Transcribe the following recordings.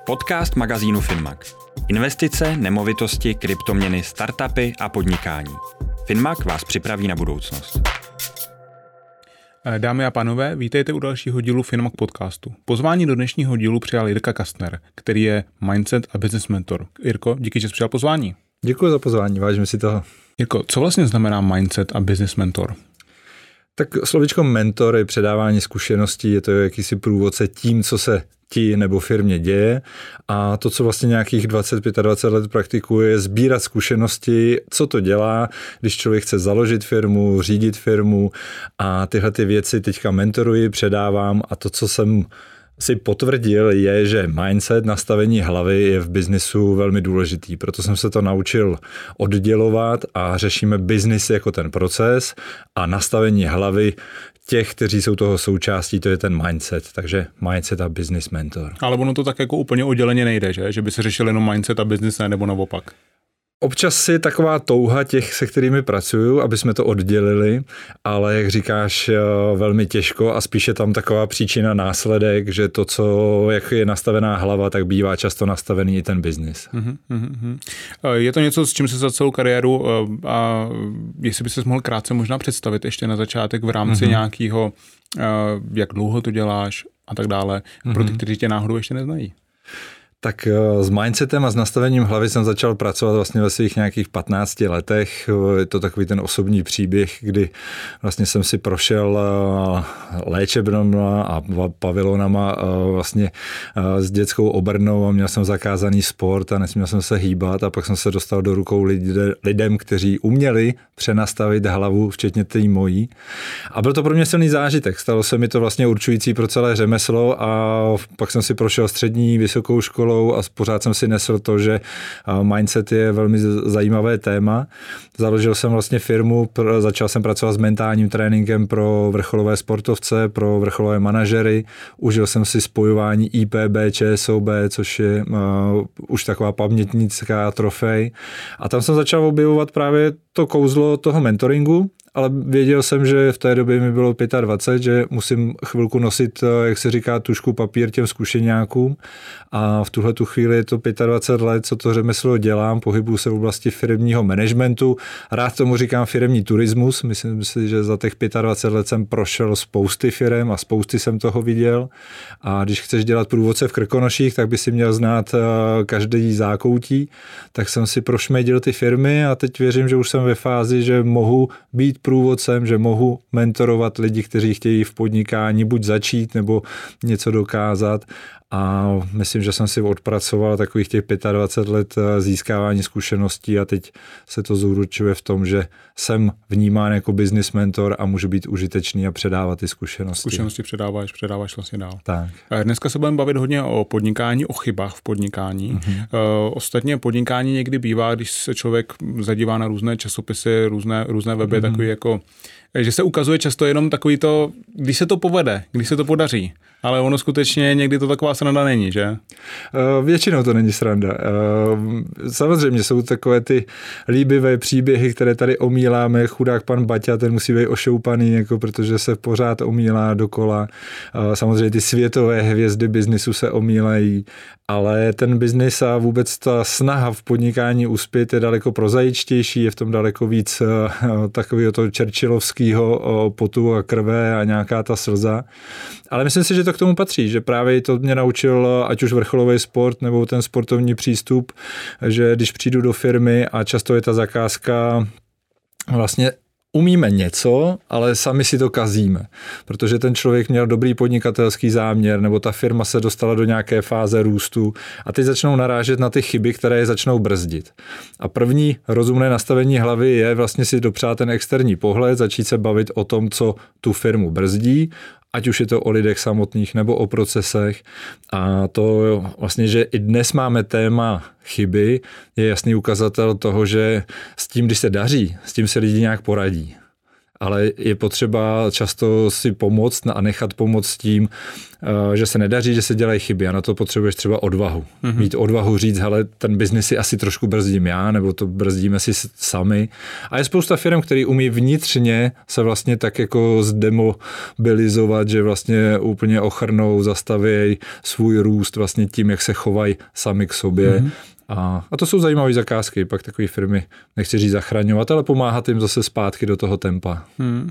Podcast magazínu Finmag. Investice, nemovitosti, kryptoměny, startupy a podnikání. Finmag vás připraví na budoucnost. Dámy a pánové, vítejte u dalšího dílu Finmag podcastu. Pozvání do dnešního dílu přijal Jirka Kastner, který je mindset a business mentor. Jirko, díky, že jsi přijal pozvání. Děkuji za pozvání, vážím si toho. Jirko, co vlastně znamená mindset a business mentor? Tak slovíčko mentor je předávání zkušeností, je to jakýsi průvodce tím, co se ti nebo firmě děje, a to, co vlastně nějakých 20-25 let praktikuje, je sbírat zkušenosti, co to dělá, když člověk chce založit firmu, řídit firmu, a tyhle ty věci teďka mentoruji, předávám, a to, co jsem si potvrdil, je, že mindset, nastavení hlavy je v biznisu velmi důležitý. Proto jsem se to naučil oddělovat a řešíme biznis jako ten proces a nastavení hlavy těch, kteří jsou toho součástí, to je ten mindset. Takže mindset a business mentor. Ale ono to tak jako úplně odděleně nejde, že? Že by se řešil jenom mindset a business, nebo naopak? Občas je taková touha těch, se kterými pracuju, aby jsme to oddělili, ale jak říkáš, velmi těžko, a spíše tam taková příčina následek, že to, jak je nastavená hlava, tak bývá často nastavený i ten biznis. Je to něco, s čím se za celou kariéru, a jestli by se mohl krátce možná představit ještě na začátek v rámci nějakého, jak dlouho to děláš a tak dále, pro ty, kteří tě náhodou ještě neznají. Tak s mindsetem a s nastavením hlavy jsem začal pracovat vlastně ve svých nějakých 15 letech. Je to takový ten osobní příběh, kdy vlastně jsem si prošel léčebnama a pavilonama vlastně s dětskou obrnou a měl jsem zakázaný sport a nesměl jsem se hýbat, a pak jsem se dostal do rukou lidem, kteří uměli přenastavit hlavu, včetně té mojí. A byl to pro mě silný zážitek. Stalo se mi to vlastně určující pro celé řemeslo, a pak jsem si prošel střední, vysokou školu a pořád jsem si nesl to, že mindset je velmi zajímavé téma. Založil jsem vlastně firmu, začal jsem pracovat s mentálním tréninkem pro vrcholové sportovce, pro vrcholové manažery. Užil jsem si spojování IPB, ČSOB, což je už taková pamětnická trofej. A tam jsem začal objevovat právě to kouzlo toho mentoringu, ale věděl jsem, že v té době mi bylo 25, že musím chvilku nosit, jak se říká, tužku papír těm zkušeňákům, a v tuhle tu chvíli je to 25 let, co to řemeslo dělám, pohybuju se v oblasti firemního managementu, rád tomu říkám firemní turismus, myslím si, že za těch 25 let jsem prošel spousty firem a spousty jsem toho viděl, a když chceš dělat průvodce v Krkonoších, tak by si měl znát každý zákoutí, tak jsem si prošmědil ty firmy a teď věřím, že už jsem ve fázi, že mohu být průvodcem, že mohu mentorovat lidi, kteří chtějí v podnikání buď začít nebo něco dokázat, a myslím, že jsem si odpracoval takových těch 25 let získávání zkušeností, a teď se to zúročuje v tom, že jsem vnímán jako business mentor a můžu být užitečný a předávat ty zkušenosti. Zkušenosti předáváš vlastně dál. Tak. Dneska se budeme bavit hodně o podnikání, o chybách v podnikání. Ostatně podnikání někdy bývá, když se člověk zadívá na různé časopisy, různé weby, takový jako, že se ukazuje často jenom takový to, když se to povede, když se to podaří. Ale ono skutečně někdy to taková sranda není, že? Většinou to není sranda. Samozřejmě jsou takové ty líbivé příběhy, které tady omíláme. Chudák pan Baťa, ten musí být ošoupaný, jako protože se pořád omílá dokola. Samozřejmě ty světové hvězdy biznisu se omílají, ale ten biznis a vůbec ta snaha v podnikání uspět je daleko prozaičtější, je v tom daleko víc takového toho churchillovského potu a krve a nějaká ta slza. Ale myslím si, že to k tomu patří, že právě to mě naučil ať už vrcholový sport nebo ten sportovní přístup, že když přijdu do firmy a často je ta zakázka vlastně umíme něco, ale sami si to kazíme, protože ten člověk měl dobrý podnikatelský záměr, nebo ta firma se dostala do nějaké fáze růstu a teď začnou narážet na ty chyby, které je začnou brzdit. A první rozumné nastavení hlavy je vlastně si dopřát ten externí pohled, začít se bavit o tom, co tu firmu brzdí, ať už je to o lidech samotných nebo o procesech. A to vlastně, že i dnes máme téma chyby, je jasný ukazatel toho, že s tím, když se daří, s tím se lidi nějak poradí. ale je potřeba často si pomoct a nechat pomoct tím, že se nedaří, že se dělají chyby a na to potřebuješ třeba odvahu. Mít odvahu říct, hele, ten biznis si asi trošku brzdím já, nebo to brzdíme si sami. A je spousta firm, který umí vnitřně se vlastně tak jako zdemobilizovat, že vlastně úplně ochrnou, zastavějí svůj růst vlastně tím, jak se chovají sami k sobě. A to jsou zajímavé zakázky, pak takové firmy, nechci říct zachraňovat, ale pomáhat jim zase zpátky do toho tempa.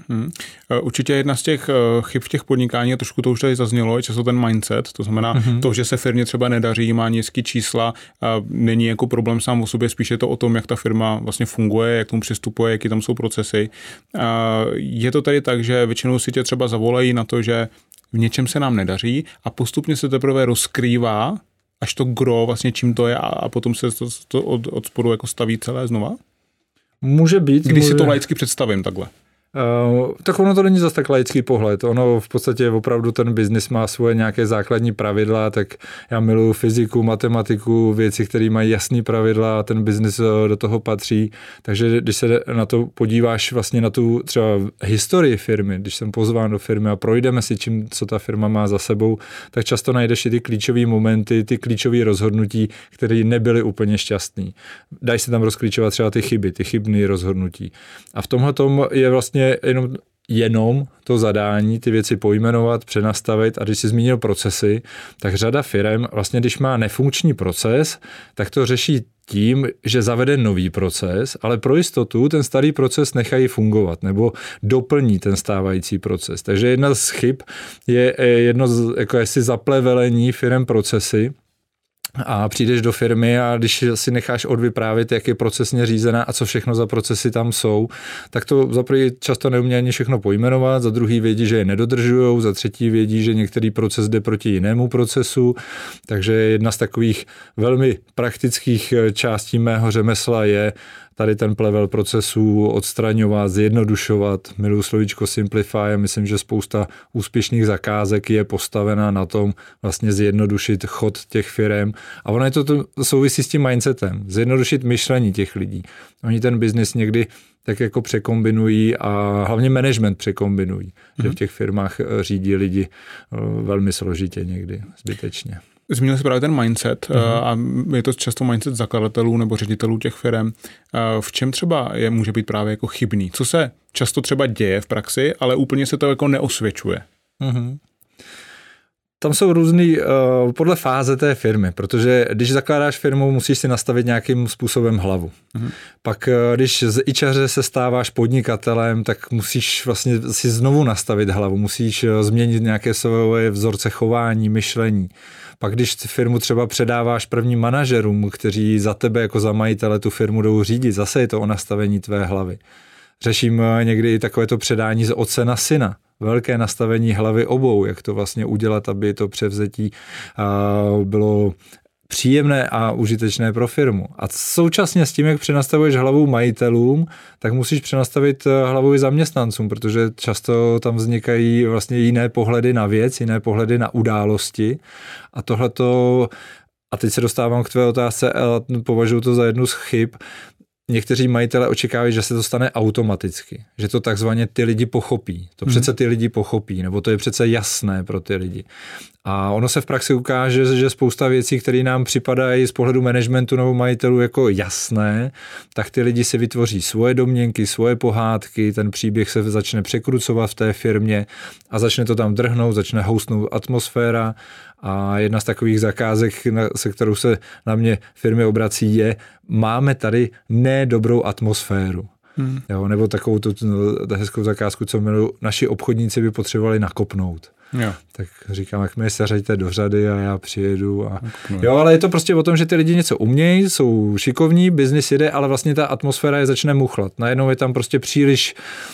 Určitě jedna z těch chyb v těch podnikání, trošku to už tady zaznělo, je často ten mindset, to znamená to, že se firmě třeba nedaří, má nízký čísla, není jako problém sám o sobě, spíš je to o tom, jak ta firma vlastně funguje, jak tomu přistupuje, jaký tam jsou procesy. Je to tady tak, že většinou si tě třeba zavolají na to, že v něčem se nám nedaří a postupně se teprve rozkrývá, až to gro vlastně čím to je a potom se to od spodu jako staví celé znova? Může být. Když si to laicky představím takhle. Tak ono to není zase tak laický pohled. Ono v podstatě opravdu ten biznis má svoje nějaké základní pravidla, tak já miluju fyziku, matematiku, věci, které mají jasný pravidla a ten biznis do toho patří. Takže když se na to podíváš vlastně na tu třeba historii firmy, když jsem pozván do firmy a projdeme si čím, co ta firma má za sebou, tak často najdeš i ty klíčové momenty, ty klíčové rozhodnutí, které nebyly úplně šťastný. Dají se tam rozklíčovat třeba ty chyby, ty chybné rozhodnutí. A v tomhletom je vlastně jenom to zadání, ty věci pojmenovat, přenastavit a když jsi zmínil procesy, tak řada firem vlastně, když má nefunkční proces, tak to řeší tím, že zavede nový proces, ale pro jistotu ten starý proces nechají fungovat nebo doplní ten stávající proces. Takže jedna z chyb je jako jestli zaplevelení firem procesy, a přijdeš do firmy a když si necháš odvyprávět, jak je procesně řízená a co všechno za procesy tam jsou, tak to za první často neumějí ani všechno pojmenovat, za druhý vědí, že je nedodržujou, za třetí vědí, že některý proces jde proti jinému procesu, takže jedna z takových velmi praktických částí mého řemesla je tady ten plevel procesů odstraňovat, zjednodušovat, miluji slovíčko simplify a myslím, že spousta úspěšných zakázek je postavena na tom vlastně zjednodušit chod těch firem a ono je to souvisí s tím mindsetem, zjednodušit myšlení těch lidí. Oni ten biznis někdy tak jako překombinují a hlavně management překombinují, že v těch firmách řídí lidi velmi složitě někdy, zbytečně. Zmínil jsi právě ten mindset a je to často mindset zakladatelů nebo ředitelů těch firm. V čem třeba může být právě jako chybný? Co se často třeba děje v praxi, ale úplně se to jako neosvědčuje? Tam jsou různý podle fáze té firmy, protože když zakládáš firmu, musíš si nastavit nějakým způsobem hlavu. Pak když z ičaře se stáváš podnikatelem, tak musíš vlastně si znovu nastavit hlavu, musíš změnit nějaké svoje vzorce chování, myšlení. Pak když firmu třeba předáváš prvním manažerům, kteří za tebe jako za majitele tu firmu jdou řídit, zase je to o nastavení tvé hlavy. Řeším někdy i takovéto předání z otce na syna. Velké nastavení hlavy obou, jak to vlastně udělat, aby to převzetí bylo příjemné a užitečné pro firmu. A současně s tím, jak přenastavuješ hlavu majitelům, tak musíš přenastavit hlavu i zaměstnancům, protože často tam vznikají vlastně jiné pohledy na věc, jiné pohledy na události. A tohleto, a teď se dostávám k tvé otázce, a považuji to za jednu z chyb, někteří majitelé očekávají, že se to stane automaticky, že to takzvaně ty lidi pochopí. To přece ty lidi pochopí, nebo to je přece jasné pro ty lidi. A ono se v praxi ukáže, že spousta věcí, které nám připadají z pohledu managementu nebo majitelů jako jasné, tak ty lidi si vytvoří svoje domněnky, svoje pohádky, ten příběh se začne překrucovat v té firmě a začne to tam drhnout, začne houstnout atmosféra. A jedna z takových zakázek, se kterou se na mě firmy obrací, je, máme tady nedobrou atmosféru. Jo, nebo takovou tu hezkou zakázku, co miluji, naši obchodníci by potřebovali nakopnout. Jo. Tak říkám, jak mi se řadíte do řady a já přijedu. Jo, ale je to prostě o tom, že ty lidi něco umějí, jsou šikovní, biznis jede, ale vlastně ta atmosféra je začne muchlat. Najednou je tam prostě příliš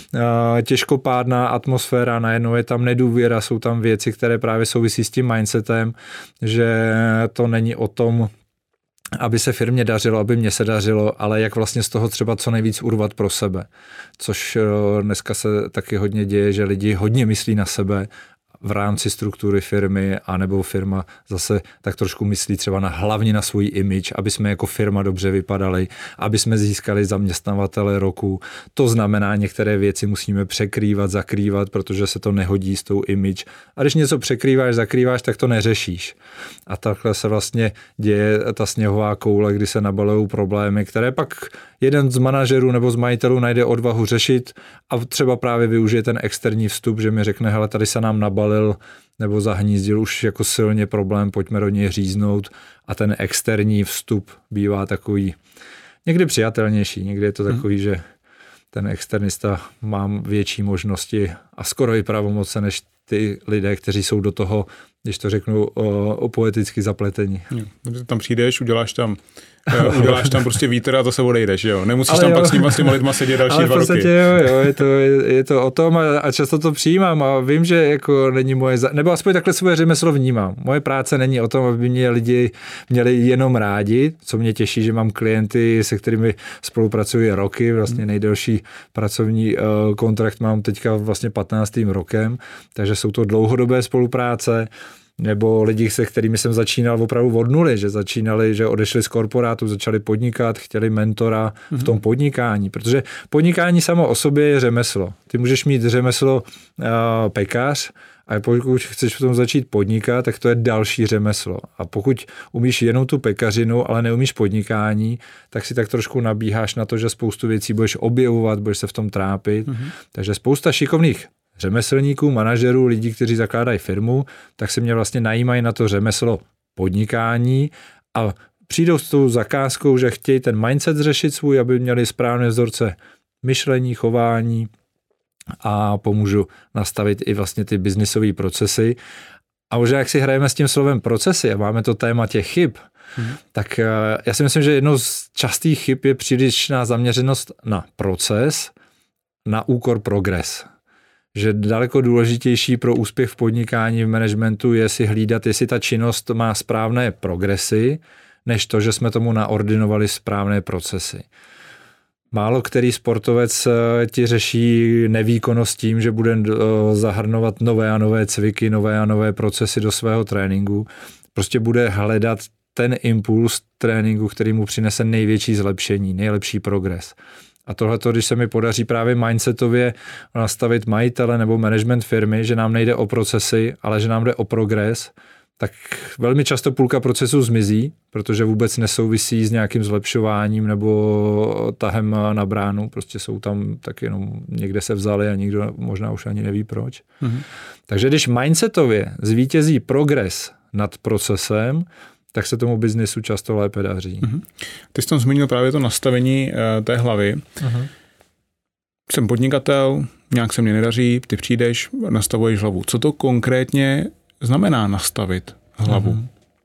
těžkopádná atmosféra, najednou je tam nedůvěra, jsou tam věci, které právě souvisí s tím mindsetem, že to není o tom, aby se firmě dařilo, aby mně se dařilo, ale jak vlastně z toho třeba co nejvíc urvat pro sebe. Což dneska se taky hodně děje, že lidi hodně myslí na sebe v rámci struktury firmy, anebo firma zase tak trošku myslí třeba hlavně na svůj image, aby jsme jako firma dobře vypadali, aby jsme získali zaměstnavatele roku. To znamená, některé věci musíme překrývat, zakrývat, protože se to nehodí s tou image. A když něco překrýváš, zakrýváš, tak to neřešíš. A takhle se vlastně děje ta sněhová koule, kdy se nabalují problémy, které pak jeden z manažerů nebo z majitelů najde odvahu řešit a třeba právě využije ten externí vstup, že mi řekne, hele, tady se nám nabalil nebo zahnízdil už jako silně problém, pojďme do něj říznout, a ten externí vstup bývá takový někdy přijatelnější, někdy je to takový, že ten externista má větší možnosti a skoro i pravomoce než ty lidé, kteří jsou do toho, když to řeknu, poeticky zapletení. Tam přijdeš, uděláš tam prostě vítr a to se odejdeš, jo. Nemusíš ale tam pak s těma lidma sedět další 2 roky. Ale v podstatě je to o tom a často to přijímám a vím, že jako není moje, nebo aspoň takhle svoje řemeslo vnímám. Moje práce není o tom, aby mě lidi měli jenom rádi, co mě těší, že mám klienty, se kterými spolupracuji roky, vlastně nejdelší pracovní kontrakt mám teďka vlastně 15. rokem, takže jsou to dlouhodobé spolupráce. Nebo lidi, se kterými jsem začínal opravdu od nuly, že začínali, že odešli z korporátu, začali podnikat, chtěli mentora v tom podnikání, protože podnikání samo o sobě je řemeslo. Ty můžeš mít řemeslo pekař, a pokud chceš v tom začít podnikat, tak to je další řemeslo. A pokud umíš jenom tu pekařinu, ale neumíš podnikání, tak si tak trošku nabíháš na to, že spoustu věcí budeš objevovat, budeš se v tom trápit. Takže spousta šikovných řemeslníků, manažerů, lidí, kteří zakládají firmu, tak se mě vlastně najímají na to řemeslo podnikání a přijdou s tou zakázkou, že chtějí ten mindset řešit svůj, aby měli správné vzorce myšlení, chování a pomůžu nastavit i vlastně ty biznisové procesy. A už jak si hrajeme s tím slovem procesy a máme to téma těch chyb, tak já si myslím, že jednou z častých chyb je přílišná zaměřenost na proces, na úkor progres. Že daleko důležitější pro úspěch v podnikání, v managementu je si hlídat, jestli ta činnost má správné progresy, než to, že jsme tomu naordinovali správné procesy. Málo který sportovec ti řeší nevýkonnost tím, že bude zahrnovat nové a nové cviky, nové a nové procesy do svého tréninku. Prostě bude hledat ten impuls tréninku, který mu přinese největší zlepšení, nejlepší progres. A tohleto, když se mi podaří právě mindsetově nastavit majitele nebo management firmy, že nám nejde o procesy, ale že nám jde o progres, tak velmi často půlka procesu zmizí, protože vůbec nesouvisí s nějakým zlepšováním nebo tahem na bránu. Prostě jsou tam tak jenom někde se vzali a nikdo možná už ani neví proč. Takže když mindsetově zvítězí progres nad procesem, tak se tomu biznesu často lépe daří. Ty jsi tam zmínil právě to nastavení té hlavy. Jsem podnikatel, nějak se mě nedaří, ty přijdeš, nastavuješ hlavu. Co to konkrétně znamená nastavit hlavu?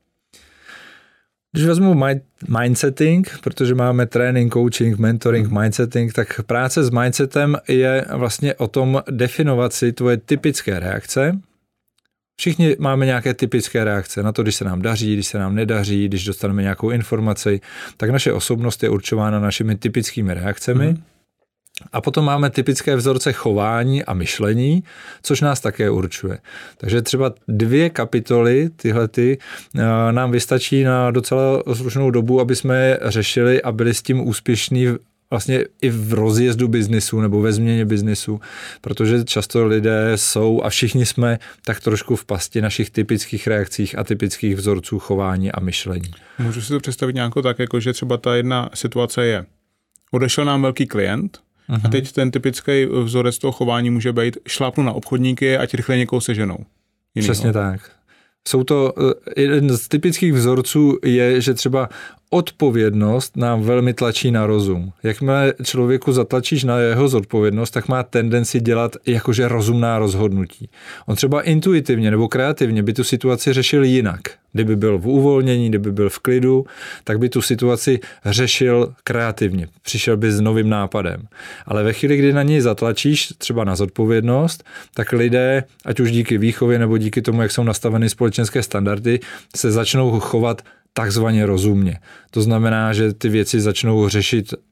Když vezmu mindsetting, protože máme trénink, coaching, mentoring, mindsetting, tak práce s mindsetem je vlastně o tom definovat si tvoje typické reakce. Všichni máme nějaké typické reakce na to, když se nám daří, když se nám nedaří, když dostaneme nějakou informaci, tak naše osobnost je určována našimi typickými reakcemi. A potom máme typické vzorce chování a myšlení, což nás také určuje. Takže třeba 2 kapitoly tyhlety nám vystačí na docela slušnou dobu, aby jsme je řešili a byli s tím úspěšní vlastně i v rozjezdu biznisu nebo ve změně biznisu, protože často lidé jsou a všichni jsme tak trošku v pasti našich typických reakcích a typických vzorců chování a myšlení. Můžu si to představit nějak tak, jako že třeba ta jedna situace je, odešel nám velký klient a teď ten typický vzorec toho chování může být šlápnu na obchodníky a rychle někoho seženou. Přesně tak. Jsou to, jeden z typických vzorců je, že třeba odpovědnost nám velmi tlačí na rozum. Jakmile člověku zatlačíš na jeho zodpovědnost, tak má tendenci dělat jakože rozumná rozhodnutí. On třeba intuitivně nebo kreativně by tu situaci řešil jinak. Kdyby byl v uvolnění, kdyby byl v klidu, tak by tu situaci řešil kreativně. Přišel by s novým nápadem. Ale ve chvíli, kdy na něj zatlačíš, třeba na zodpovědnost, tak lidé, ať už díky výchově nebo díky tomu, jak jsou nastaveny společenské standardy, se začnou chovat takzvaně rozumně. To znamená, že ty věci začnou řešit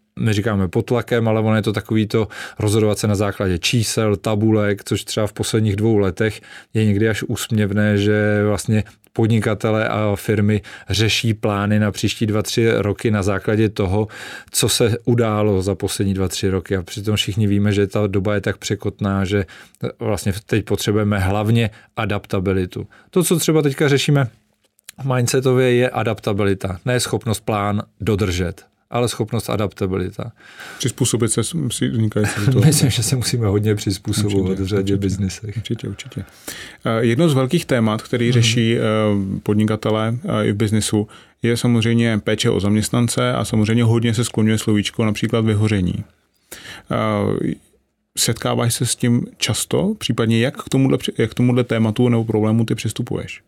my říkáme pod tlakem, ale ono je to takový to rozhodovat se na základě čísel, tabulek, což třeba v posledních 2 letech je někdy až úsměvné, že vlastně podnikatele a firmy řeší plány na příští 2-3 roky na základě toho, co se událo za poslední 2-3 roky. A přitom všichni víme, že ta doba je tak překotná, že vlastně teď potřebujeme hlavně adaptabilitu. To, co třeba teďka řešíme mindsetově, je adaptabilita. Ne schopnost plán dodržet, ale schopnost adaptabilita. Přizpůsobit se vznikající situaci. Myslím, že se musíme hodně přizpůsobovat v řadě biznesech. Určitě. Jedno z velkých témat, který řeší podnikatelé i v biznesu, je samozřejmě péče o zaměstnance a samozřejmě hodně se skloňuje slovíčko například vyhoření. Setkáváš se s tím často? Případně jak k tomuhle tématu nebo problému ty přistupuješ?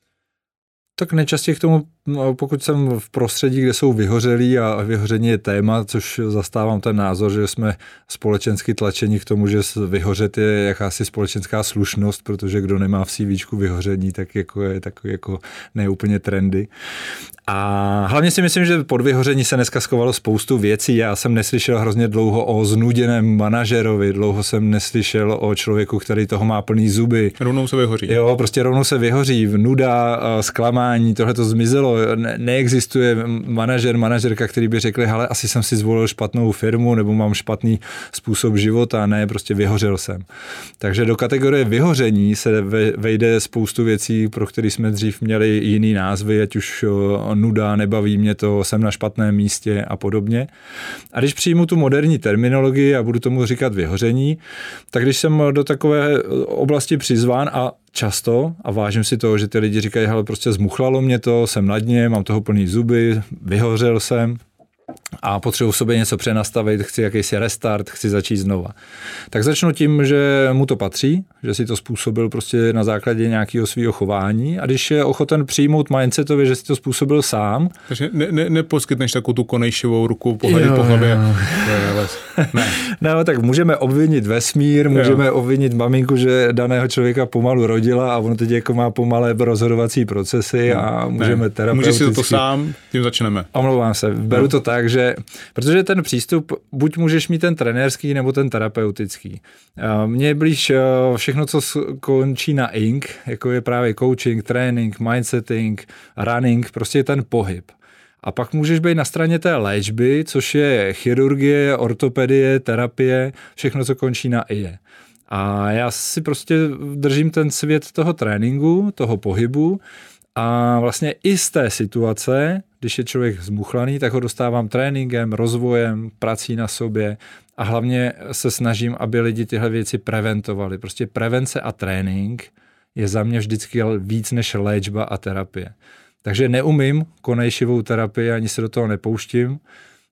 Tak nejčastěji k tomu, pokud jsem v prostředí, kde jsou vyhořelí a vyhoření je téma, což zastávám ten názor, že jsme společensky tlačeni k tomu, že vyhořet je jakási společenská slušnost, protože kdo nemá v CVčku vyhoření, tak jako je takový jako neúplně trendy. A hlavně si myslím, že pod vyhoření se dneska skovalo spoustu věcí. Já jsem neslyšel hrozně dlouho o znuděném manažerovi, dlouho jsem neslyšel o člověku, který toho má plný zuby. Rovnou se vyhoří. Jo, prostě rovnou se vyhoří. Nuda, zklamání, tohle to zmizelo. Neexistuje manažerka, který by řekli, hele, asi jsem si zvolil špatnou firmu nebo mám špatný způsob života. Ne, prostě vyhořel jsem. Takže do kategorie vyhoření se vejde spoustu věcí, pro které jsme dřív měli jiný názvy, ať už nuda, nebaví mě to, jsem na špatném místě a podobně. A když přijmu tu moderní terminologii a budu tomu říkat vyhoření, tak když jsem do takové oblasti přizván a často, a vážím si toho, že ty lidi říkají, hele, prostě zmuchlalo mě to, jsem na dně, mám toho plný zuby, vyhořel jsem a potřebuji v sobě něco přenastavit, chci jakýsi restart, chci začít znova. Tak začnu tím, že mu to patří, že si to způsobil prostě na základě nějakého svého chování a když je ochoten přijmout mindsetově, že si to způsobil sám. Takže neposkytneš takovou tu konejšivou ruku, pohledit po hlavě. Ne. No, tak můžeme obvinit vesmír, můžeme obvinit maminku, že daného člověka pomalu rodila a on teď jako má pomalé rozhodovací procesy a můžeme terapeuticky. Můžeš si to sám, tím začneme. Omlouvám se, beru to tak, že protože ten přístup, buď můžeš mít ten trenérský nebo ten terapeutický. Mně je blíž všechno, co končí na ing, jako je právě coaching, trénink, mindsetting, running, prostě ten pohyb. A pak můžeš být na straně té léčby, což je chirurgie, ortopedie, terapie, všechno, co končí na IE. A já si prostě držím ten svět toho tréninku, toho pohybu a vlastně i z té situace, když je člověk zmuchlaný, tak ho dostávám tréninkem, rozvojem, prací na sobě a hlavně se snažím, aby lidi tyhle věci preventovali. Prostě prevence a trénink je za mě vždycky víc než léčba a terapie. Takže neumím konejšivou terapii, ani se do toho nepouštím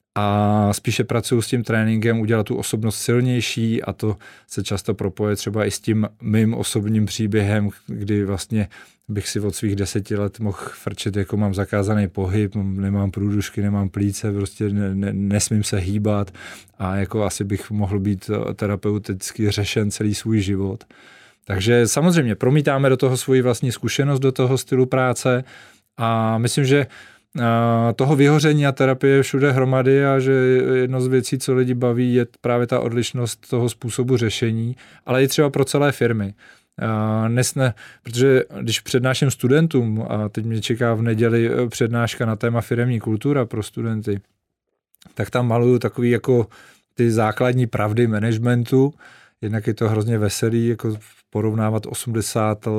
a spíše pracuji s tím tréninkem, udělat tu osobnost silnější a to se často propoje třeba i s tím mým osobním příběhem, kdy vlastně bych si od svých 10 let mohl frčet, jako mám zakázaný pohyb, nemám průdušky, nemám plíce, prostě nesmím se hýbat a jako asi bych mohl být terapeuticky řešen celý svůj život. Takže samozřejmě promítáme do toho svoji vlastní zkušenost, do toho stylu práce a myslím, že toho vyhoření a terapie je všude hromady a že jedno z věcí, co lidi baví, je právě ta odlišnost toho způsobu řešení, ale i třeba pro celé firmy. Protože když přednáším studentům, a teď mě čeká v neděli přednáška na téma firemní kultura pro studenty, tak tam maluju takový jako ty základní pravdy managementu. Jednak je to hrozně veselý, jako porovnávat 80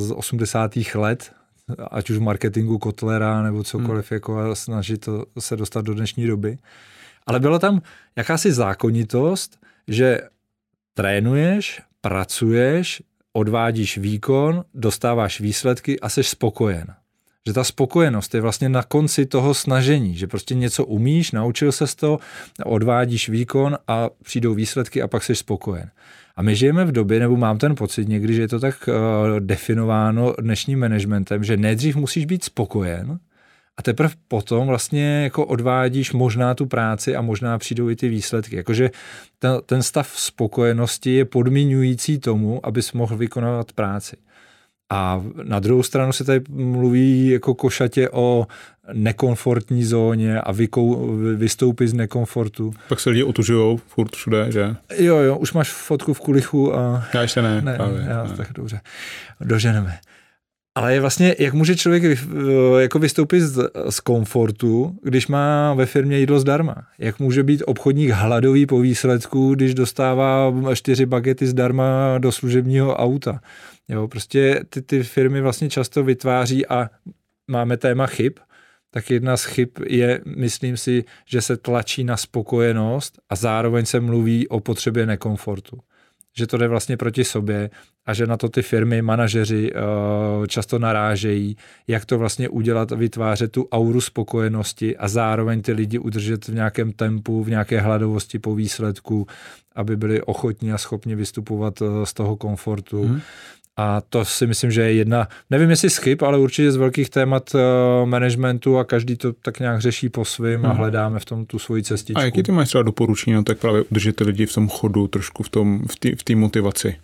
let, ať už v marketingu Kotlera nebo cokoliv, jako a snažit to se dostat do dnešní doby. Ale byla tam jakási zákonitost, že trénuješ, pracuješ, odvádíš výkon, dostáváš výsledky a jsi spokojen. Že ta spokojenost je vlastně na konci toho snažení, že prostě něco umíš, naučil ses to, odvádíš výkon a přijdou výsledky a pak jsi spokojen. A my žijeme v době, nebo mám ten pocit někdy, že je to tak definováno dnešním managementem, že nejdřív musíš být spokojen a teprve potom vlastně jako odvádíš možná tu práci a možná přijdou i ty výsledky. Jakože ten stav spokojenosti je podmiňující tomu, abys mohl vykonávat práci. A na druhou stranu se tady mluví jako košatě o nekomfortní zóně a vystoupit z nekomfortu. Pak se lidi otužujou furt všude, že? Jo, už máš fotku v kulichu a... Já ještě ne. Tak dobře, doženeme. Ale je vlastně, jak může člověk jako vystoupit z komfortu, když má ve firmě jídlo zdarma? Jak může být obchodník hladový po výsledku, když dostává 4 bagety zdarma do služebního auta? Jo, prostě ty firmy vlastně často vytváří a máme téma chyb, tak jedna z chyb je, myslím si, že se tlačí na spokojenost a zároveň se mluví o potřebě nekomfortu. Že to jde vlastně proti sobě a že na to ty firmy, manažeři často narážejí, jak to vlastně udělat, vytvářet tu auru spokojenosti a zároveň ty lidi udržet v nějakém tempu, v nějaké hladovosti po výsledku, aby byli ochotní a schopni vystupovat z toho komfortu. A to si myslím, že je jedna, nevím jestli z chyb, ale určitě z velkých témat managementu a každý to tak nějak řeší po svým a hledáme v tom tu svoji cestičku. A jaký ty máš třeba doporučení, no tak právě udržet lidi v tom chodu, trošku v té motivaci?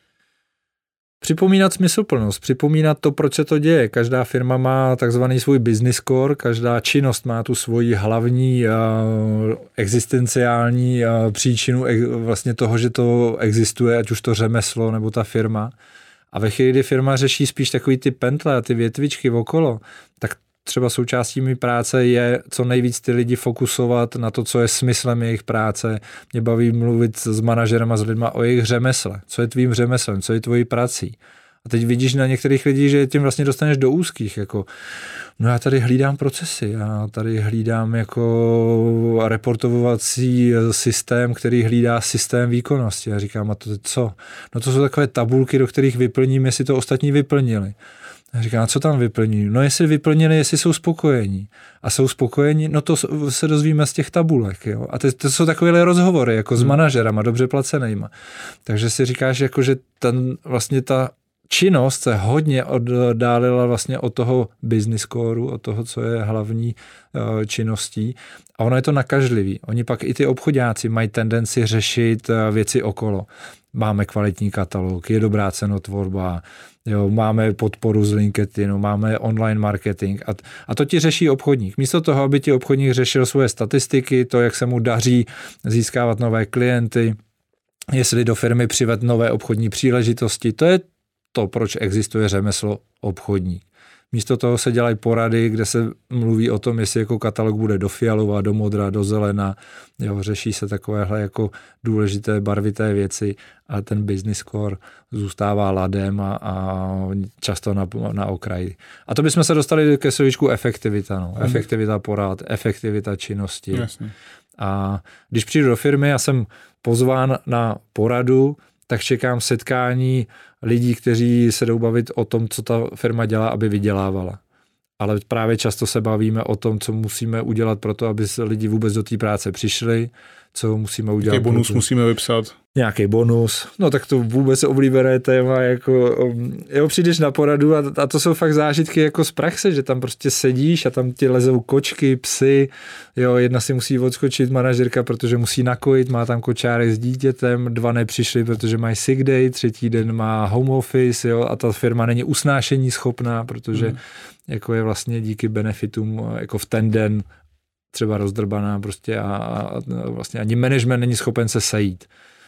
Připomínat smysluplnost, připomínat to, proč se to děje. Každá firma má takzvaný svůj business core, každá činnost má tu svoji hlavní existenciální příčinu vlastně toho, že to existuje, ať už to řemeslo nebo ta firma. A ve chvíli, kdy firma řeší spíš takový ty pentle a ty větvičky okolo, tak třeba součástí mé práce je co nejvíc ty lidi fokusovat na to, co je smyslem jejich práce. Mě baví mluvit s manažerama, s lidma o jejich řemesle. Co je tvým řemeslem, co je tvojí prací. A teď vidíš na některých lidí, že tím vlastně dostaneš do úzkých, jako no já tady hlídám procesy, já tady hlídám jako reportovací systém, který hlídá systém výkonnosti. Já říkám, a to co? No to jsou takové tabulky, do kterých vyplníme, jestli to ostatní vyplnili. Já říkám, a co tam vyplní? No jestli vyplnili, jestli jsou spokojení. A jsou spokojení, no to se dozvíme z těch tabulek. Jo? A to jsou takovéhle rozhovory, jako s manažerama, dobře placenýma. Takže si říkáš, jako, že vlastně ta činnost se hodně oddálila vlastně od toho business coreu, od toho, co je hlavní činností. A ono je to nakažlivý. Oni pak i ty obchodáci mají tendenci řešit věci okolo. Máme kvalitní katalog, je dobrá cenotvorba, jo, máme podporu z LinkedInu, máme online marketing a to ti řeší obchodník. Místo toho, aby ti obchodník řešil svoje statistiky, to, jak se mu daří získávat nové klienty, jestli do firmy přived nové obchodní příležitosti, to je to, proč existuje řemeslo obchodník. Místo toho se dělají porady, kde se mluví o tom, jestli jako katalog bude do fialova, do modra, do zelena. Jo, řeší se takovéhle jako důležité barvité věci, ale ten business core zůstává ladem a často na okraji. A to bychom se dostali ke slovíčku efektivita. No. Efektivita porad, efektivita činnosti. Jasně. A když přijdu do firmy, já jsem pozván na poradu, tak čekám setkání lidí, kteří se jdou bavit o tom, co ta firma dělá, aby vydělávala. Ale právě často se bavíme o tom, co musíme udělat pro to, aby lidi vůbec do té práce přišli, co musíme udělat. Jaký bonus musíme vypsat? Nějaký bonus. No tak to vůbec oblíbené téma, jako jo, přijdeš na poradu a to jsou fakt zážitky jako z praxe, že tam prostě sedíš a tam ti lezou kočky, psy, jo, jedna si musí odskočit manažerka, protože musí nakojit, má tam kočárek s dítětem, 2 nepřišli, protože mají sick day, 3. den má home office, jo, a ta firma není usnášení schopná, protože jako je vlastně díky benefitům jako v ten den třeba rozdrbaná prostě a vlastně ani management není schopen se sejít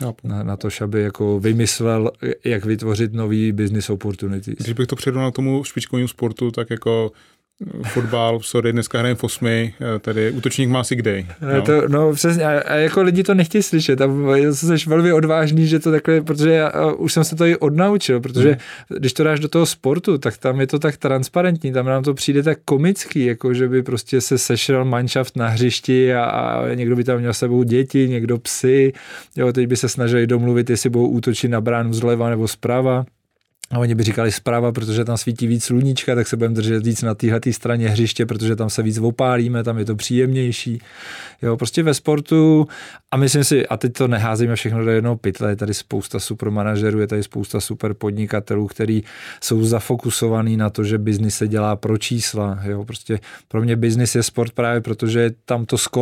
na to, aby jako vymyslel, jak vytvořit nový business opportunities. Když bych to předal na tomu špičkovému sportu, tak jako fotbal, sorry, dneska hrajeme v 8, tady útočník má sick day. No přesně, a jako lidi to nechtějí slyšet a jsi velmi odvážný, že to takhle, protože já už jsem se to i odnaučil, protože když to dáš do toho sportu, tak tam je to tak transparentní, tam nám to přijde tak komický, jako že by prostě se sešel manšaft na hřišti a někdo by tam měl s sebou děti, někdo psy, jo, teď by se snažili domluvit, jestli budou útočit na bránu zleva nebo zprava. A oni by říkali zprava, protože tam svítí víc sluníčka, tak se budeme držet víc na téhletý straně hřiště, protože tam se víc opálíme, tam je to příjemnější. Jo, prostě ve sportu a myslím si, a teď to neházíme všechno do jednoho pytle, je tady spousta super manažerů, je tady spousta super podnikatelů, kteří jsou zafokusovaní na to, že biznis se dělá pro čísla. Jo, prostě pro mě biznis je sport právě, protože je tam to skóre,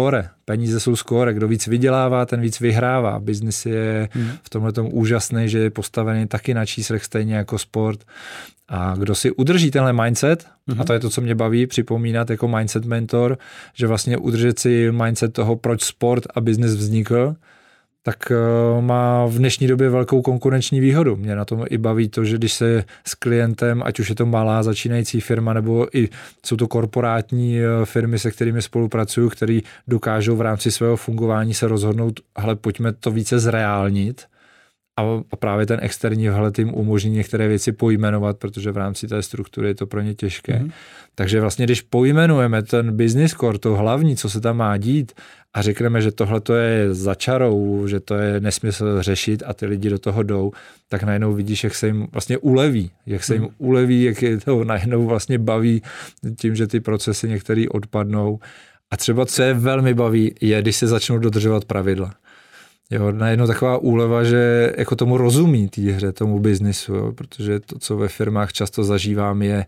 Peníze jsou skóre, kdo víc vydělává, ten víc vyhrává. Biznis je v tomhletom úžasný, že je postavený taky na číslech stejně jako sport. A kdo si udrží tenhle mindset, a to je to, co mě baví připomínat jako mindset mentor, že vlastně udržet si mindset toho, proč sport a biznis vznikl, tak má v dnešní době velkou konkurenční výhodu. Mě na tom i baví to, že když se s klientem, ať už je to malá začínající firma, nebo i jsou to korporátní firmy, se kterými spolupracuju, který dokážou v rámci svého fungování se rozhodnout, hele, pojďme to více zreálnit, a právě ten externí vhled jim umožní některé věci pojmenovat, protože v rámci té struktury je to pro ně těžké. Takže vlastně, když pojmenujeme ten business core, to hlavní, co se tam má dít, a řekneme, že tohle to je za čarou, že to je nesmysl řešit a ty lidi do toho jdou, tak najednou vidíš, jak se jim vlastně uleví, jak je to najednou vlastně baví tím, že ty procesy některé odpadnou. A třeba, co je velmi baví, je, když se začnou dodržovat pravidla. Jo, najednou taková úleva, že jako tomu rozumí té hře, tomu biznisu, jo, protože to, co ve firmách často zažívám, je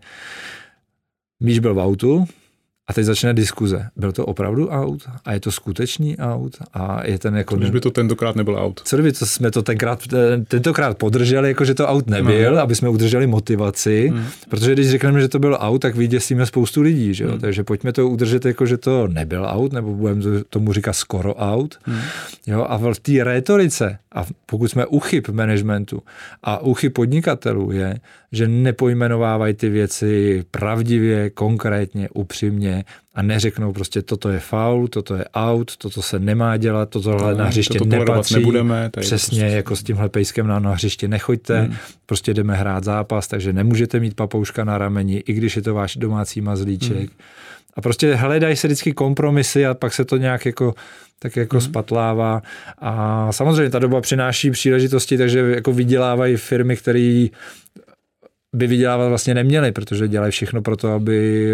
míč byl v autu a teď začne diskuze. Byl to opravdu aut? A je to skutečný aut? A je ten jako... Když by to tentokrát nebyl aut. Co kdyby jsme to tentokrát podrželi, jako že to aut nebyl, aby jsme udrželi motivaci, protože když řekneme, že to byl aut, tak vyděsíme spoustu lidí, že jo? Takže pojďme to udržet jako, že to nebyl aut, nebo budeme tomu říkat skoro aut. Jo? A v té rétorice, a pokud jsme u chyb managementu a u chyb podnikatelů je, že nepojmenovávají ty věci pravdivě, konkrétně, upřímně a neřeknou prostě toto je faul, toto je out, toto se nemá dělat, tohle na hřiště nepatří. Nebudeme, přesně prostě jako s tímhle pejskem na hřiště nechoďte, prostě jdeme hrát zápas, takže nemůžete mít papouška na rameni, i když je to váš domácí mazlíček. A prostě hledají se vždycky kompromisy a pak se to nějak jako tak jako spatlává. A samozřejmě ta doba přináší příležitosti, takže jako vydělávají firmy, které by vydělávat vlastně neměli, protože dělají všechno pro to, aby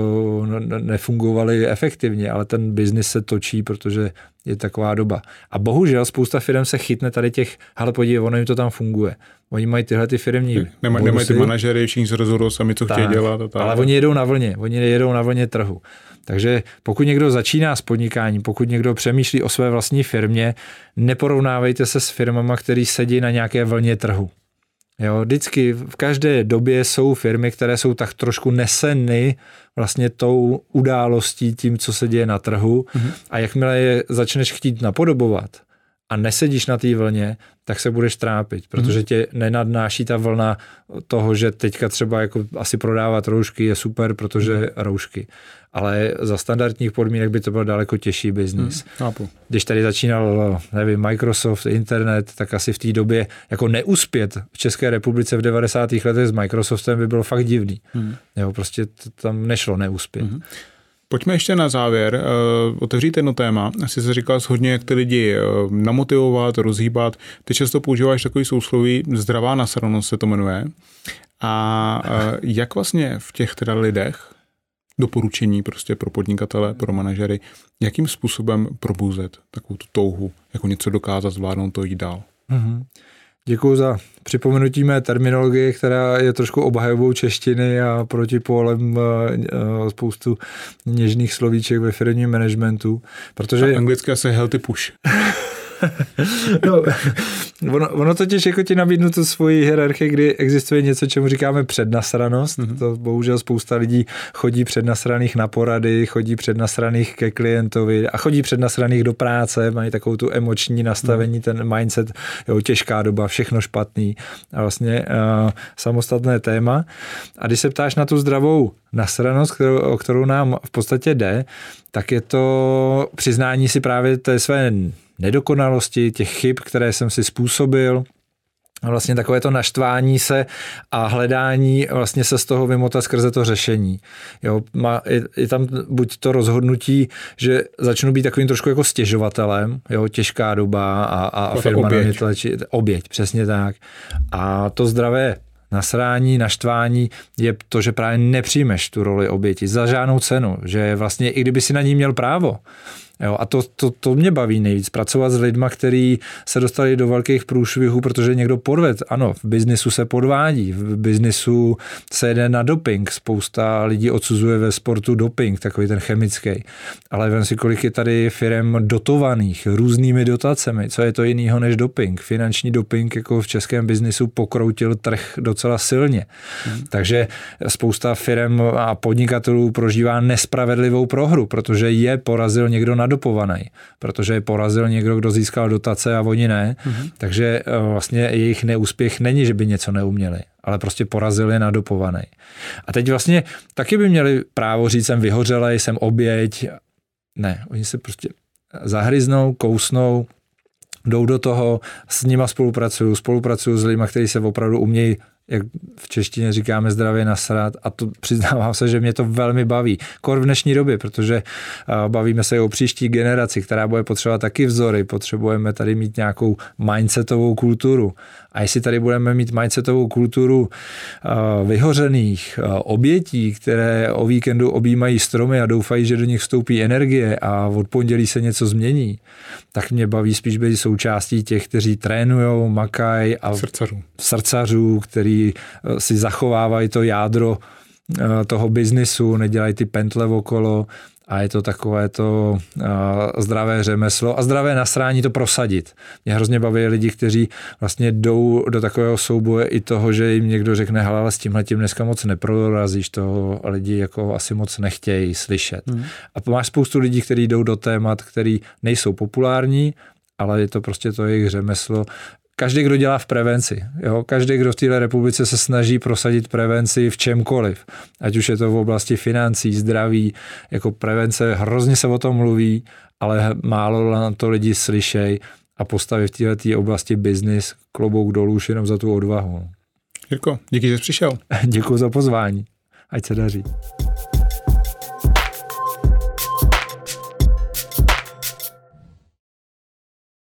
nefungovaly efektivně, ale ten biznis se točí, protože je taková doba. A bohužel spousta firm se chytne tady těch, hele podívej, ono jim to tam funguje. Oni mají tyhle ty firmní nemají ty manažery, všichni se rozhodou sami, co chtějí dělat. Ale oni jedou na vlně trhu. Takže pokud někdo začíná s podnikáním, pokud někdo přemýšlí o své vlastní firmě, neporovnávejte se s firmama, které sedí na nějaké vlně trhu. Jo, vždycky v každé době jsou firmy, které jsou tak trošku neseny vlastně tou událostí tím, co se děje na trhu a jakmile je začneš chtít napodobovat a nesedíš na té vlně, tak se budeš trápit, protože tě nenadnáší ta vlna toho, že teďka třeba jako asi prodávat roušky je super, protože roušky. Ale za standardních podmínek by to byl daleko těžší biznis. Když tady začínal, nevím, Microsoft, internet, tak asi v té době jako neuspět v České republice v 90. letech s Microsoftem by bylo fakt divný. Jo, prostě to tam nešlo neuspět. Pojďme ještě na závěr otevřít jedno téma. Asi se říkal hodně, jak ty lidi namotivovat, rozhýbat. Ty často používáš takový sousloví, zdravá nasranost se to jmenuje. A jak vlastně v těch teda lidech doporučení prostě pro podnikatele, pro manažery, jakým způsobem probouzet takovou tu touhu, jako něco dokázat, zvládnout to jít dál? Děkuji za připomenutí mé terminologie, která je trošku obhajobou češtiny a protipólem spoustu něžných slovíček ve firmním managementu. Protože... Anglicky asi healthy push. No, ono totiž jako ti nabídnu tu svoji hierarchii, kdy existuje něco, čemu říkáme přednasranost. To bohužel spousta lidí chodí přednasraných na porady, chodí přednasraných ke klientovi a chodí přednasraných do práce, mají takovou tu emoční nastavení, ten mindset, jo, těžká doba, všechno špatný a vlastně samostatné téma. A když se ptáš na tu zdravou nasranost, o kterou nám v podstatě jde, tak je to přiznání si právě té své nedokonalosti, těch chyb, které jsem si způsobil, a vlastně takové to naštvání se a hledání vlastně se z toho vymotat skrze to řešení. Jo, je tam buď to rozhodnutí, že začnu být takovým trošku jako stěžovatelem, jo, těžká doba a firma na mě tlačí, oběť, přesně tak. A to zdravé nasrání, naštvání je to, že právě nepřijmeš tu roli oběti za žádnou cenu, že vlastně i kdyby si na ní měl právo, Jo, a to mě baví nejvíc. Pracovat s lidma, kteří se dostali do velkých průšvihů, protože někdo podved. Ano, v biznisu se podvádí, v biznisu se jede na doping. Spousta lidí odsuzuje ve sportu doping, takový ten chemický. Ale vem si, kolik je tady firem dotovaných různými dotacemi. Co je to jiného než doping? Finanční doping jako v českém biznisu pokroutil trh docela silně. Takže spousta firem a podnikatelů prožívá nespravedlivou prohru, protože je porazil někdo nadopovaný, protože je porazil někdo, kdo získal dotace a oni ne. Takže vlastně jejich neúspěch není, že by něco neuměli, ale prostě porazili nadopovaný. A teď vlastně taky by měli právo říct, jsem vyhořelej, jsem oběť. Ne, oni se prostě zahryznou, kousnou, jdou do toho, s nima spolupracuju s lidmi, kteří se opravdu umějí, jak v češtině říkáme, zdravě nasrat, a to přiznávám se, že mě to velmi baví. Kor v dnešní době, protože bavíme se o příští generaci, která bude potřebovat taky vzory, potřebujeme tady mít nějakou mindsetovou kulturu. A jestli tady budeme mít mindsetovou kulturu vyhořených obětí, které o víkendu objímají stromy a doufají, že do nich vstoupí energie a od pondělí se něco změní, tak mě baví spíš být součástí těch, kteří trénujou, makají a srdcařů, který si zachovávají to jádro toho biznisu, nedělají ty pentle okolo a je to takové to zdravé řemeslo a zdravé nasrání to prosadit. Mě hrozně baví lidi, kteří vlastně jdou do takového souboje i toho, že jim někdo řekne, hele, ale s tímhletím dneska moc neprorazíš, toho lidi jako asi moc nechtějí slyšet. A máš spoustu lidí, kteří jdou do témat, který nejsou populární, ale je to prostě to jejich řemeslo. Každý, kdo dělá v prevenci, jo? Každý, kdo v této republice se snaží prosadit prevenci v čemkoliv, ať už je to v oblasti financí, zdraví, jako prevence, hrozně se o tom mluví, ale málo na to lidi slyšej a postaví v této oblasti biznis, klobouk dolů už jenom za tu odvahu. Jirko, díky, že jsi přišel. Děkuji za pozvání, ať se daří.